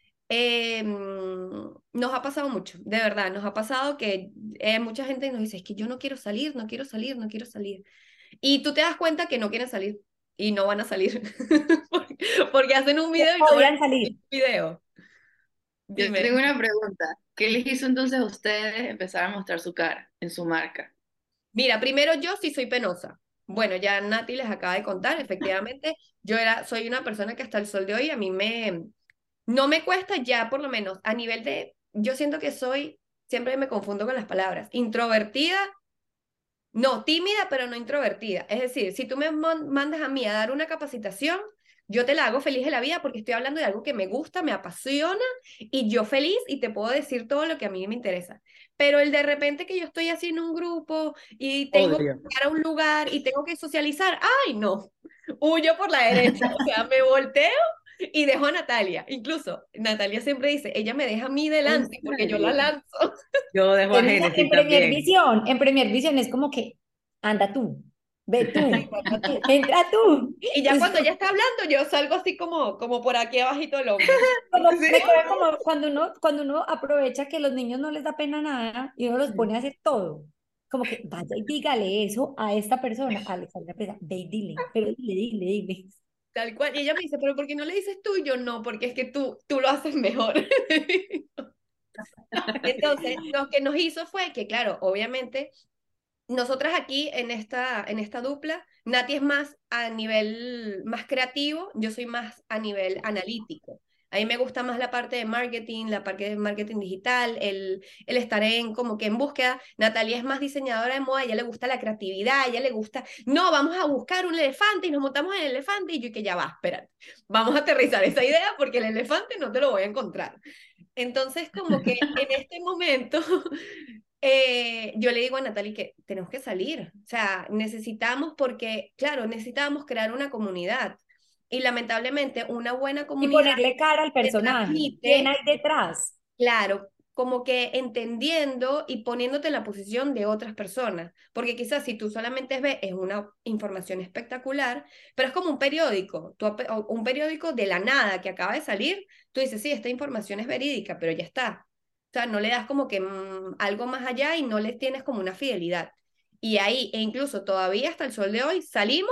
Nos ha pasado mucho, de verdad, nos ha pasado que mucha gente nos dice, es que yo no quiero salir, no quiero salir, no quiero salir. Y tú te das cuenta que no quieren salir y no van a salir porque hacen un video y no van a Podrían salir salir. un video. Yo Dime. tengo una pregunta. ¿Qué les hizo entonces a ustedes empezar a mostrar su cara en su marca? Mira, primero yo sí soy penosa. Bueno, ya Nati les acaba de contar, efectivamente, soy una persona que hasta el sol de hoy a mí no me cuesta ya por lo menos a nivel yo siento que siempre me confundo con las palabras, introvertida. No, tímida, pero no introvertida. Es decir, si tú me mandas a mí a dar una capacitación, yo te la hago feliz de la vida porque estoy hablando de algo que me gusta, me apasiona y yo feliz y te puedo decir todo lo que a mí me interesa. Pero el de repente que yo estoy así en un grupo y tengo que Odio. llegar a un lugar y tengo que socializar, ¡ay, no! Huyo por la derecha, o sea, me volteo y dejo a Natalia. Incluso Natalia siempre dice, ella me deja a mí ¿En delante porque yo la serio? lanzo. Yo dejo a En Génesis Premier también. Vision, en Premier Vision es como que anda tú, Ve tú, entra tú. Y ya Entonces, cuando ella está hablando, yo salgo así como por aquí abajito del hombro. como, me Sí. coge como cuando uno aprovecha que los niños no les da pena nada y uno los pone a hacer todo. Como que vaya y dígale eso a esta persona, a Alexandra Presa, ve y dile, pero dile. Tal cual. Y ella me dice, pero ¿por qué no le dices tú? Y yo no, porque es que tú lo haces mejor. Entonces, lo que nos hizo fue que, claro, obviamente, nosotras aquí en esta dupla, Nati es más a nivel más creativo, yo soy más a nivel analítico. A mí me gusta más la parte de marketing, la parte de marketing digital, el estar en como que en búsqueda. Natalia es más diseñadora de moda, a ella le gusta la creatividad, a ella le gusta, no, vamos a buscar un elefante y nos montamos en el elefante y yo que ya va, espérate, vamos a aterrizar esa idea porque el elefante no te lo voy a encontrar. Entonces, como que en este momento, yo le digo a Natalie que tenemos que salir, o sea, necesitamos porque, claro, necesitábamos crear una comunidad y lamentablemente una buena Y comunidad ponerle cara al se personaje. ¿Quién transmite, hay detrás? claro, como que entendiendo y poniéndote en la posición de otras personas, porque quizás si tú solamente ves es una información espectacular, pero es como un periódico, o un periódico de la nada que acaba de salir, tú dices, sí, esta información es verídica, pero ya está. O sea, no le das como que algo más allá y no le tienes como una fidelidad. Y ahí, e incluso todavía hasta el sol de hoy, salimos,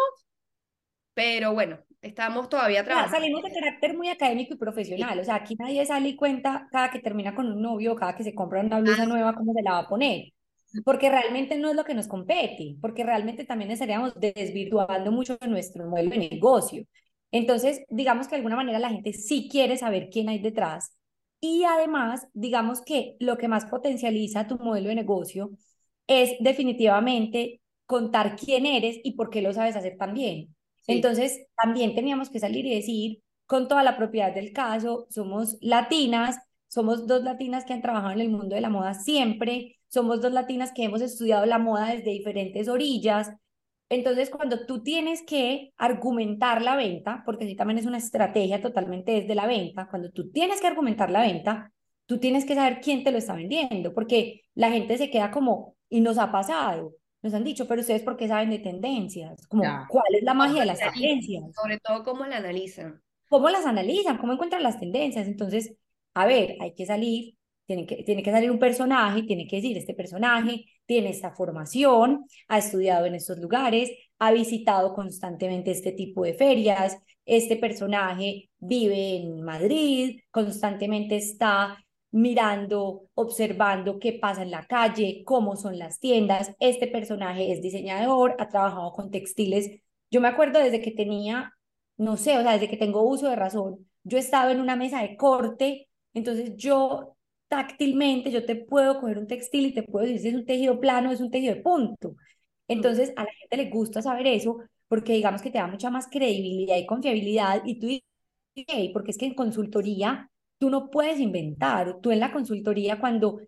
pero bueno, estamos todavía O sea, trabajando. salimos de carácter muy académico y Sí. profesional. O sea, aquí nadie sale y cuenta cada que termina con un novio, cada que se compra una blusa nueva, cómo se la va a poner. Porque realmente no es lo que nos compete, porque realmente también estaríamos desvirtuando mucho nuestro modelo de negocio. Entonces, digamos que de alguna manera la gente sí quiere saber quién hay detrás. Y además, digamos que lo que más potencializa tu modelo de negocio es definitivamente contar quién eres y por qué lo sabes hacer tan bien. Sí. Entonces, también teníamos que salir y decir, con toda la propiedad del caso, somos latinas, somos dos latinas que han trabajado en el mundo de la moda siempre, somos dos latinas que hemos estudiado la moda desde diferentes orillas. Entonces, cuando tú tienes que argumentar la venta, porque sí también es una estrategia totalmente desde la venta, cuando tú tienes que argumentar la venta, tú tienes que saber quién te lo está vendiendo, porque la gente se queda como, y nos ha pasado, nos han dicho, pero ustedes ¿por qué saben de tendencias? Como, Ya. ¿cuál es la ¿Cómo magia de la las analizan? tendencias? Sobre todo cómo la analizan. ¿Cómo las analizan? ¿Cómo encuentran las tendencias? Entonces, a ver, hay que salir, tiene que salir un personaje, tiene que decir, este personaje tiene esta formación, ha estudiado en estos lugares, ha visitado constantemente este tipo de ferias, este personaje vive en Madrid, constantemente está mirando, observando qué pasa en la calle, cómo son las tiendas, este personaje es diseñador, ha trabajado con textiles. Yo me acuerdo desde que tenía no sé, o sea, desde que tengo uso de razón, yo he estado en una mesa de corte, entonces yo táctilmente, yo te puedo coger un textil y te puedo decir si es un tejido plano o es un tejido de punto. Mm. Entonces, a la gente le gusta saber eso porque digamos que te da mucha más credibilidad y confiabilidad y tú dices, "Ok", porque es que en consultoría tú no puedes inventar, tú en la consultoría cuando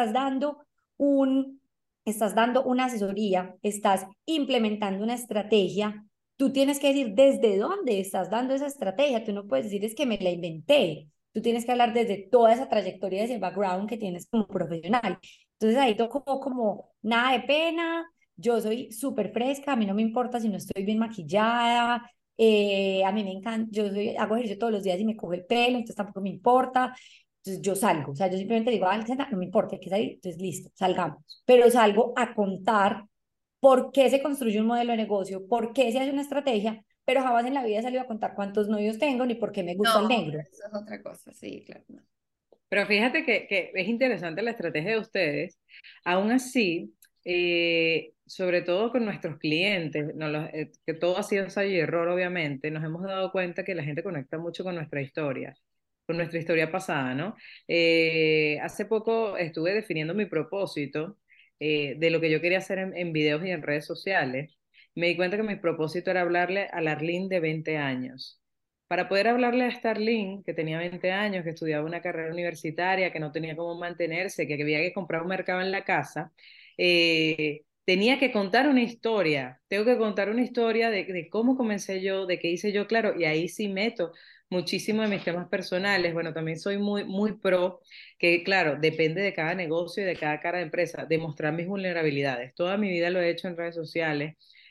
un, estás dando una asesoría, estás implementando una estrategia, tú tienes que decir desde dónde estás dando esa estrategia. Tú no puedes decir es que me la inventé. Tú tienes que hablar desde toda esa trayectoria, ese background que tienes como profesional. Entonces ahí tocó como nada de pena. Yo soy súper fresca, a mí no me importa si no estoy bien maquillada. A mí me encanta, hago ejercicio todos los días y me coge el pelo, entonces tampoco me importa. Entonces yo salgo, o sea, yo simplemente digo, ah, no me importa, hay que salir, entonces listo, salgamos. Pero salgo a contar por qué se construye un modelo de negocio, por qué se hace una estrategia, pero jamás en la vida he salido a contar cuántos novios tengo ni por qué me gusta el No, negro. eso es otra cosa, sí, claro. No. Pero fíjate que es interesante la estrategia de ustedes. Aún así, sobre todo con nuestros clientes, que todo ha sido ensayo y error, obviamente, nos hemos dado cuenta que la gente conecta mucho con nuestra historia pasada, ¿no? Hace poco estuve definiendo mi propósito de lo que yo quería hacer en videos y en redes sociales. Me di cuenta que mi propósito era hablarle a la Arlene de 20 años. Para poder hablarle a Starlin, que tenía 20 años, que estudiaba una carrera universitaria, que no tenía cómo mantenerse, que había que comprar un mercado en la casa, tenía que contar una historia. Tengo que contar una historia de cómo comencé yo, de qué hice yo, claro, y ahí sí meto muchísimo de mis temas personales. Bueno, también soy muy, muy pro, que claro, depende de cada negocio y de cada cara de empresa, demostrar mis vulnerabilidades. Toda mi vida lo he hecho en redes sociales.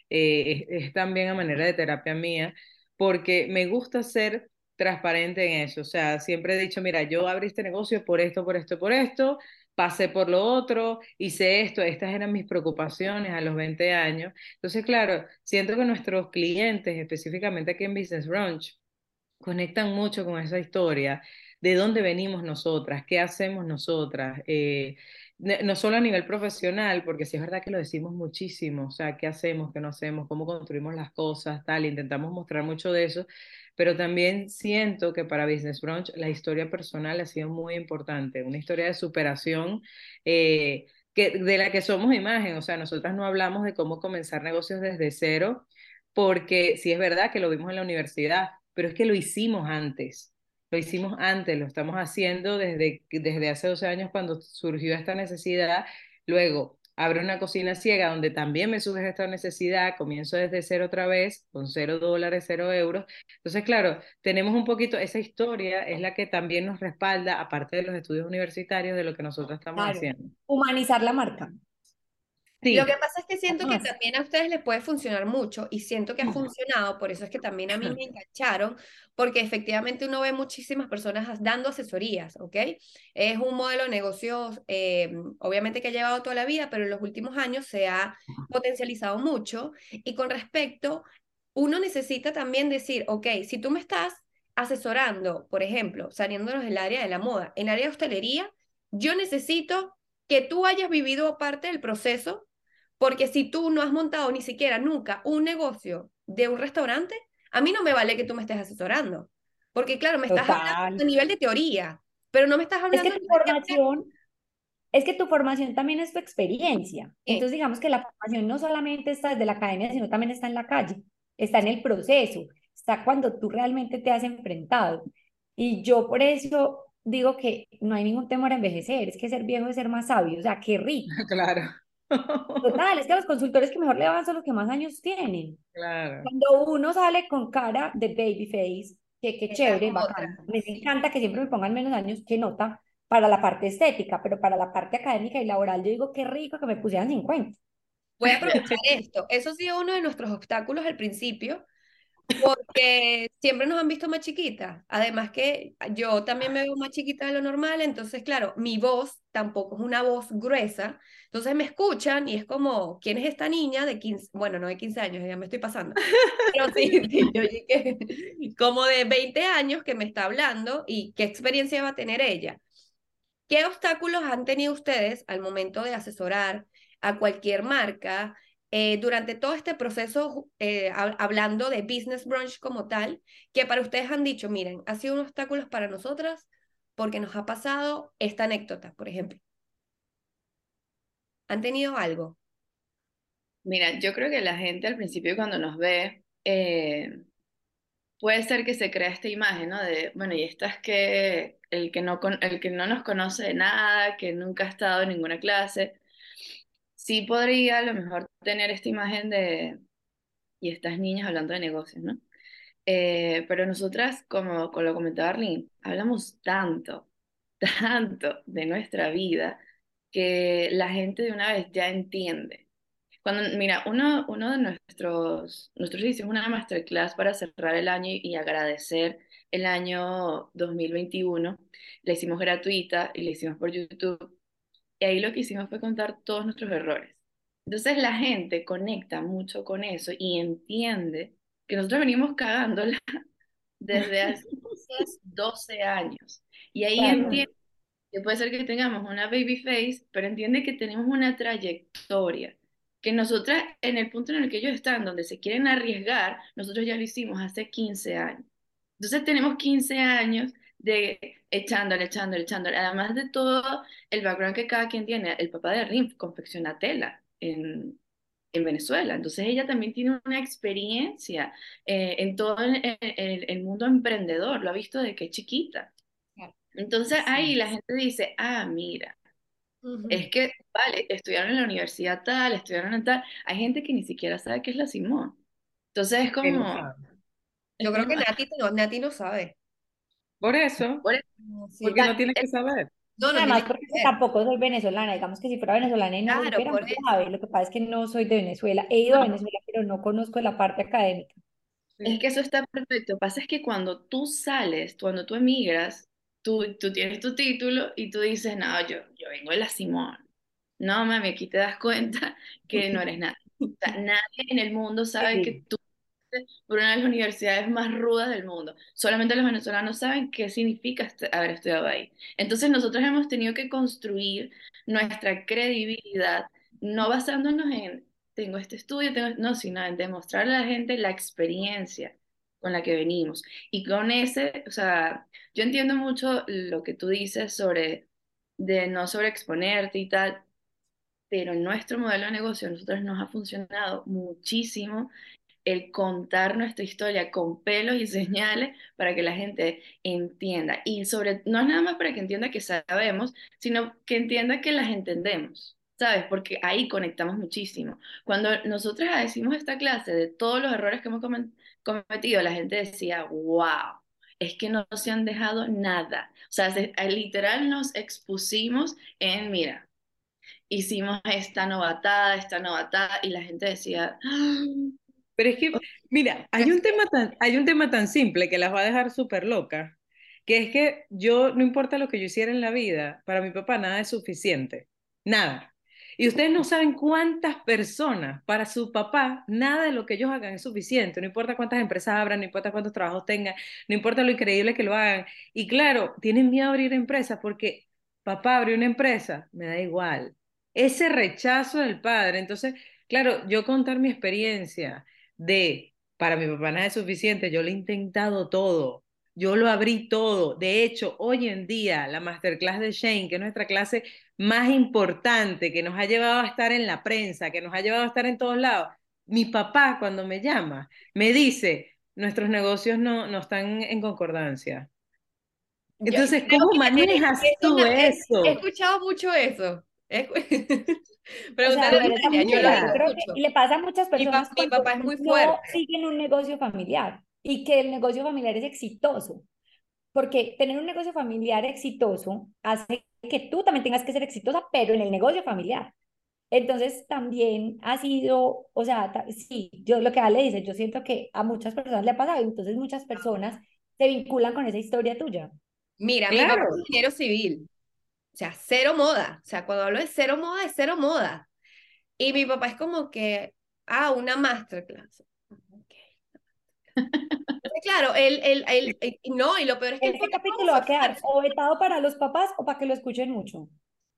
es también a manera de terapia mía, porque me gusta ser transparente en eso. O sea, siempre he dicho, mira, yo abrí este negocio por esto, por esto, por esto, pasé por lo otro, hice esto, estas eran mis preocupaciones a los 20 años. Entonces, claro, siento que nuestros clientes, específicamente aquí en Business Brunch, conectan mucho con esa historia de dónde venimos nosotras, qué hacemos nosotras, no solo a nivel profesional, porque sí es verdad que lo decimos muchísimo, o sea, qué hacemos, qué no hacemos, cómo construimos las cosas, tal, intentamos mostrar mucho de eso, pero también siento que para Business Brunch la historia personal ha sido muy importante, una historia de superación. De la que somos imagen, o sea, nosotras no hablamos de cómo comenzar negocios desde cero, porque sí es verdad que lo vimos en la universidad, pero es que lo hicimos antes, lo estamos haciendo desde hace 12 años cuando surgió esta necesidad. Luego, abro una cocina ciega donde también me surge esta necesidad, comienzo desde cero otra vez, con $0, €0. Entonces, claro, tenemos un poquito, esa historia es la que también nos respalda, aparte de los estudios universitarios, de lo que nosotros estamos Claro. haciendo. Humanizar la marca. Lo que Sí, pasa es que siento que Más. también a ustedes les puede funcionar mucho y siento que ha funcionado, por eso es que también a mí me engancharon, porque efectivamente uno ve muchísimas personas dando asesorías, ¿ok? Es un modelo de negocios, obviamente que ha llevado toda la vida, pero en los últimos años se ha potencializado mucho y con respecto, uno necesita también decir, ok, si tú me estás asesorando, por ejemplo, saliéndonos del área de la moda, en el área de hostelería, yo necesito que tú hayas vivido parte del proceso porque si tú no has montado ni siquiera nunca un negocio de un restaurante, a mí no me vale que tú me estés asesorando. Porque claro, me estás hablando Total. a nivel de teoría, pero no me estás Es que hablando a tu nivel de práctica. formación, es que tu formación también es tu experiencia. Sí. Entonces, digamos que la formación no solamente está desde la academia, sino también está en la calle, está en el proceso, está cuando tú realmente te has enfrentado. Y yo por eso digo que no hay ningún temor a envejecer, es que ser viejo es ser más sabio, o sea, qué rico. claro. Total, es que los consultores que mejor le van son los que más años tienen. Claro. Cuando uno sale con cara de babyface, que qué Esa es chévere, otra. bacán. Me Sí. encanta que siempre me pongan menos años que nota para la parte estética, pero para la parte académica y laboral, yo digo qué rico que me pusieran 50. Voy a aprovechar esto. Eso ha sido uno de nuestros obstáculos al principio, porque siempre nos han visto más chiquitas. Además que yo también me veo más chiquita de lo normal, entonces, claro, mi voz tampoco es una voz gruesa. Entonces me escuchan y es como, ¿quién es esta niña de 15? Bueno, no de 15 años, ya me estoy pasando. Pero sí, sí, yo llegué como de 20 años que me está hablando y qué experiencia va a tener ella. ¿Qué obstáculos han tenido ustedes al momento de asesorar a cualquier marca durante todo este proceso, hablando de Business Brunch como tal, que para ustedes han dicho, miren, ha sido un obstáculo para nosotras porque nos ha pasado esta anécdota, por ejemplo? ¿Han tenido algo? Mira, yo creo que la gente al principio cuando nos ve, puede ser que se crea esta imagen, ¿no? De, bueno, y esta es que el que no nos conoce de nada, que nunca ha estado en ninguna clase, sí podría a lo mejor tener esta imagen de, y estas niñas hablando de negocios, ¿no? Pero nosotras, como lo comentaba Arlene, hablamos tanto, tanto de nuestra vida que la gente de una vez ya entiende. Mira, uno de nosotros hicimos una masterclass para cerrar el año y agradecer el año 2021. La hicimos gratuita y la hicimos por YouTube. Y ahí lo que hicimos fue contar todos nuestros errores. Entonces la gente conecta mucho con eso y entiende que nosotros venimos cagándola desde hace 12 años. Y ahí Claro. entiende que puede ser que tengamos una baby face, pero entiende que tenemos una trayectoria, que nosotras en el punto en el que ellos están, donde se quieren arriesgar, nosotros ya lo hicimos hace 15 años. Entonces tenemos 15 años de echándole, echándole, echándole, además de todo el background que cada quien tiene. El papá de Rim confecciona tela en Venezuela, entonces ella también tiene una experiencia en todo el mundo emprendedor, lo ha visto desde que es chiquita. Claro. Entonces ahí Sí. la gente dice, ah, mira, Ujú. es que, vale, estudiaron en la universidad tal, estudiaron en tal, hay gente que ni siquiera sabe qué es la Simón. Entonces Que no sabe. es Yo creo como, que Nati no sabe. Por eso, por eso, No, sí. porque tal, no tienes que saber. No, no Además, tiene que porque ser. tampoco soy venezolana. Digamos que si fuera venezolana y no lo Claro, supiera, por más eso. grave. Lo que pasa es que no soy de Venezuela. He ido a No, Venezuela, pero no conozco la parte académica. Es Sí. que eso está perfecto. Lo que pasa es que cuando tú sales, cuando tú emigras, tú tienes tu título y tú dices, no, yo vengo de la Simón. No, mami, aquí te das cuenta que no eres nada. O sea, nadie en el mundo sabe que Sí. tú por una de las universidades más rudas del mundo. Solamente los venezolanos saben qué significa haber estudiado ahí. Entonces nosotros hemos tenido que construir nuestra credibilidad, no basándonos en, tengo este estudio, no, sino en demostrarle a la gente la experiencia con la que venimos. Y con ese, o sea, yo entiendo mucho lo que tú dices sobre de no sobreexponerte y tal, pero en nuestro modelo de negocio a nosotros nos ha funcionado muchísimo el contar nuestra historia con pelos y señales para que la gente entienda. Y sobre, no es nada más para que entienda que sabemos, sino que entienda que las entendemos, ¿sabes? Porque ahí conectamos muchísimo. Cuando nosotros decimos esta clase de todos los errores que hemos cometido, la gente decía, wow. Es que no se han dejado nada. O sea, literal nos expusimos en, mira, hicimos esta novatada, y la gente decía, "Ah". Pero es que, mira, hay un tema tan simple que las va a dejar súper locas, que es que yo, no importa lo que yo hiciera en la vida, para mi papá nada es suficiente, nada. Y ustedes no saben cuántas personas, para su papá, nada de lo que ellos hagan es suficiente, no importa cuántas empresas abran, no importa cuántos trabajos tengan, no importa lo increíble que lo hagan. Y claro, tienen miedo a abrir empresas porque papá abrió una empresa, me da igual. Ese rechazo del padre, entonces, claro, yo contar mi experiencia para mi papá nada es suficiente, yo lo he intentado todo, yo lo abrí todo. De hecho, hoy en día, la masterclass de Shane, que es nuestra clase más importante, que nos ha llevado a estar en la prensa, que nos ha llevado a estar en todos lados, mi papá cuando me llama, me dice, nuestros negocios no están en concordancia. yo Entonces, creo ¿cómo que manejas tú he eso? escuchado mucho eso. O sea, Pregúntale a pero es Natalia, yo lo familiar. Yo digo Mira, creo que mucho. le pasa a muchas personas Mi cuando papá es muy no fuerte. siguen un negocio familiar y que el negocio familiar es exitoso. Porque tener un negocio familiar exitoso hace que tú también tengas que ser exitosa, pero en el negocio familiar. Entonces también ha sido, o sea, sí, yo lo que Ale dice, yo siento que a muchas personas le ha pasado, y entonces muchas personas se vinculan con esa historia tuya. Mira, mi papá es claro. ingeniero civil, o sea, cero moda. O sea, cuando hablo de cero moda, es cero moda. Y mi papá es como que, una masterclass. Ok. Entonces, claro, no, y lo peor es que él Este pone capítulo va cosas a quedar falsas. o vetado para los papás o para que lo escuchen mucho.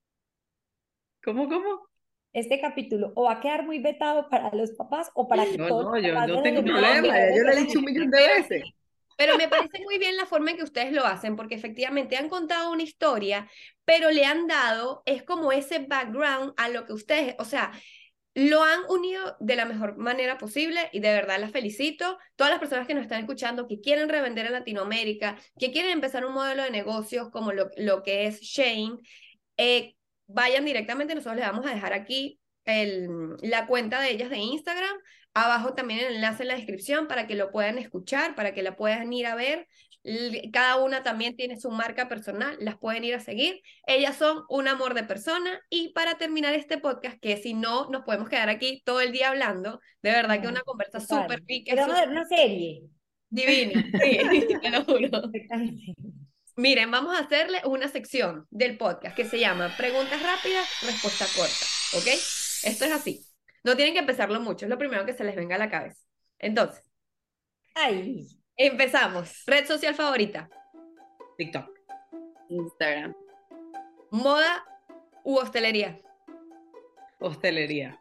¿Cómo? Este capítulo o va a quedar muy vetado para los papás o para que No, todos no, los yo papás no de los tengo No, problema, ya emprendedores yo lo lo he dicho un escuchen. millón de pero veces. sí, pero me parece muy bien la forma en que ustedes lo hacen, porque efectivamente han contado una historia, pero le han dado, es como ese background a lo que ustedes, o sea, lo han unido de la mejor manera posible y de verdad las felicito. Todas las personas que nos están escuchando, que quieren revender en Latinoamérica, que quieren empezar un modelo de negocios como lo que es Shane, vayan directamente, nosotros les vamos a dejar aquí la cuenta de ellas de Instagram, abajo también el enlace en la descripción para que lo puedan escuchar, para que la puedan ir a ver. Cada una también tiene su marca personal, las pueden ir a seguir. Ellas son un amor de persona y para terminar este podcast, que si no nos podemos quedar aquí todo el día hablando, de verdad que No, una conversa súper total. rica, Pero vamos a súper ver una serie. divina, sí, te lo juro. Exactamente. Miren, vamos a hacerle una sección del podcast que se llama Preguntas rápidas, respuesta corta, ¿ok? Esto es así. No tienen que empezarlo mucho, es lo primero que se les venga a la cabeza. Entonces, Ay, empezamos. Red social favorita, TikTok, Instagram. moda u hostelería. hostelería,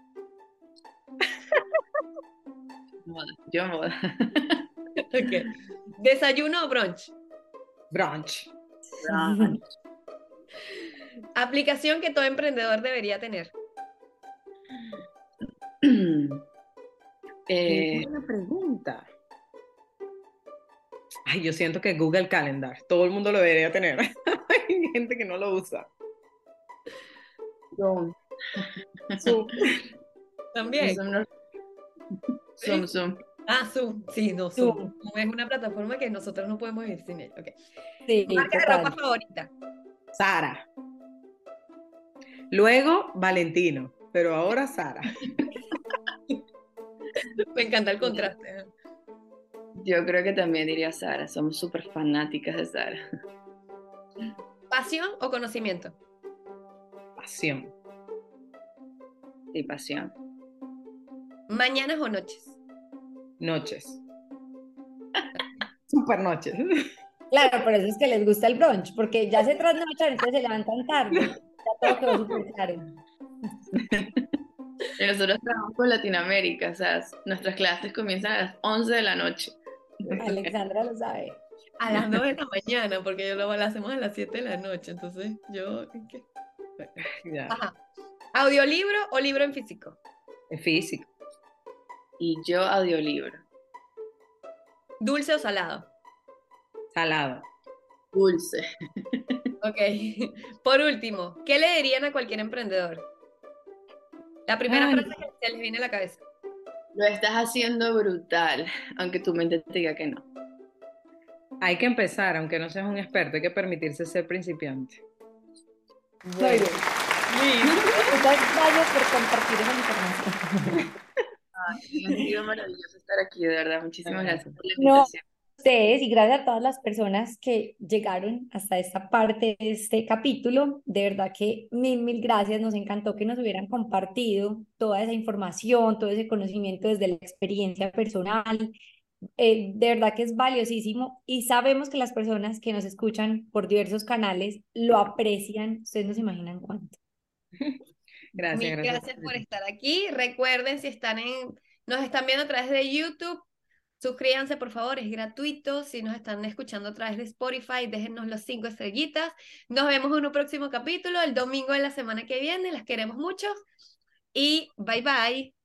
Moda. Yo moda. Ok. Desayuno o brunch. brunch, Brunch. Aplicación que todo emprendedor debería tener. qué Eh, buena pregunta. Ay, yo siento que Google Calendar, todo el mundo lo debería tener. Hay gente que no lo usa. Zoom. Zoom. También. Zoom, ¿Sí? Zoom. Zoom. Sí, no, Zoom. Zoom. Zoom es una plataforma que nosotros no podemos vivir sin ella. Ok. Sí, Marca de ropa total. favorita. Sara. Luego Valentino, pero ahora Sara. Me encanta el contraste. Yo creo que también diría Sara, somos súper fanáticas de Sara. ¿Pasión o conocimiento? Pasión. Sí, pasión. ¿Mañanas o noches? Noches. Super noches. Claro, por eso es que les gusta el brunch, porque ya se trasnochan, entonces se levantan tarde. Ya todo quedó súper claro. Y nosotros trabajamos con Latinoamérica, o sea, nuestras clases comienzan a las 11 de la noche. Alexandra lo sabe. A las 9 de la mañana, porque lo hacemos a las 7 de la noche. Entonces, ¿qué? Ya. Ajá. ¿Audiolibro o libro en físico? Es físico. Y yo audiolibro. ¿Dulce o salado? Salado. Dulce. Ok. Por último, ¿qué le dirían a cualquier emprendedor? La primera Ay, frase que se les viene a la cabeza. Lo estás haciendo brutal, aunque tu mente te diga que no. hay que empezar, aunque no seas un experto, hay que permitirse ser principiante. Muy bien. Muchas gracias por compartir esa información. Ay, ha sido maravilloso estar aquí, de verdad. Muchísimas gracias por la No, invitación. ustedes y gracias a todas las personas que llegaron hasta esta parte de este capítulo. De verdad que mil gracias. Nos encantó que nos hubieran compartido toda esa información, todo ese conocimiento desde la experiencia personal. De verdad que es valiosísimo y sabemos que las personas que nos escuchan por diversos canales lo aprecian. Ustedes no se imaginan cuánto. Gracias, Mil gracias. gracias por estar aquí. Recuerden, si nos están viendo a través de YouTube, suscríbanse, por favor, es gratuito. Si nos están escuchando a través de Spotify, déjennos los 5 estrellitas. Nos vemos en un próximo capítulo, el domingo de la semana que viene. Las queremos mucho y bye bye.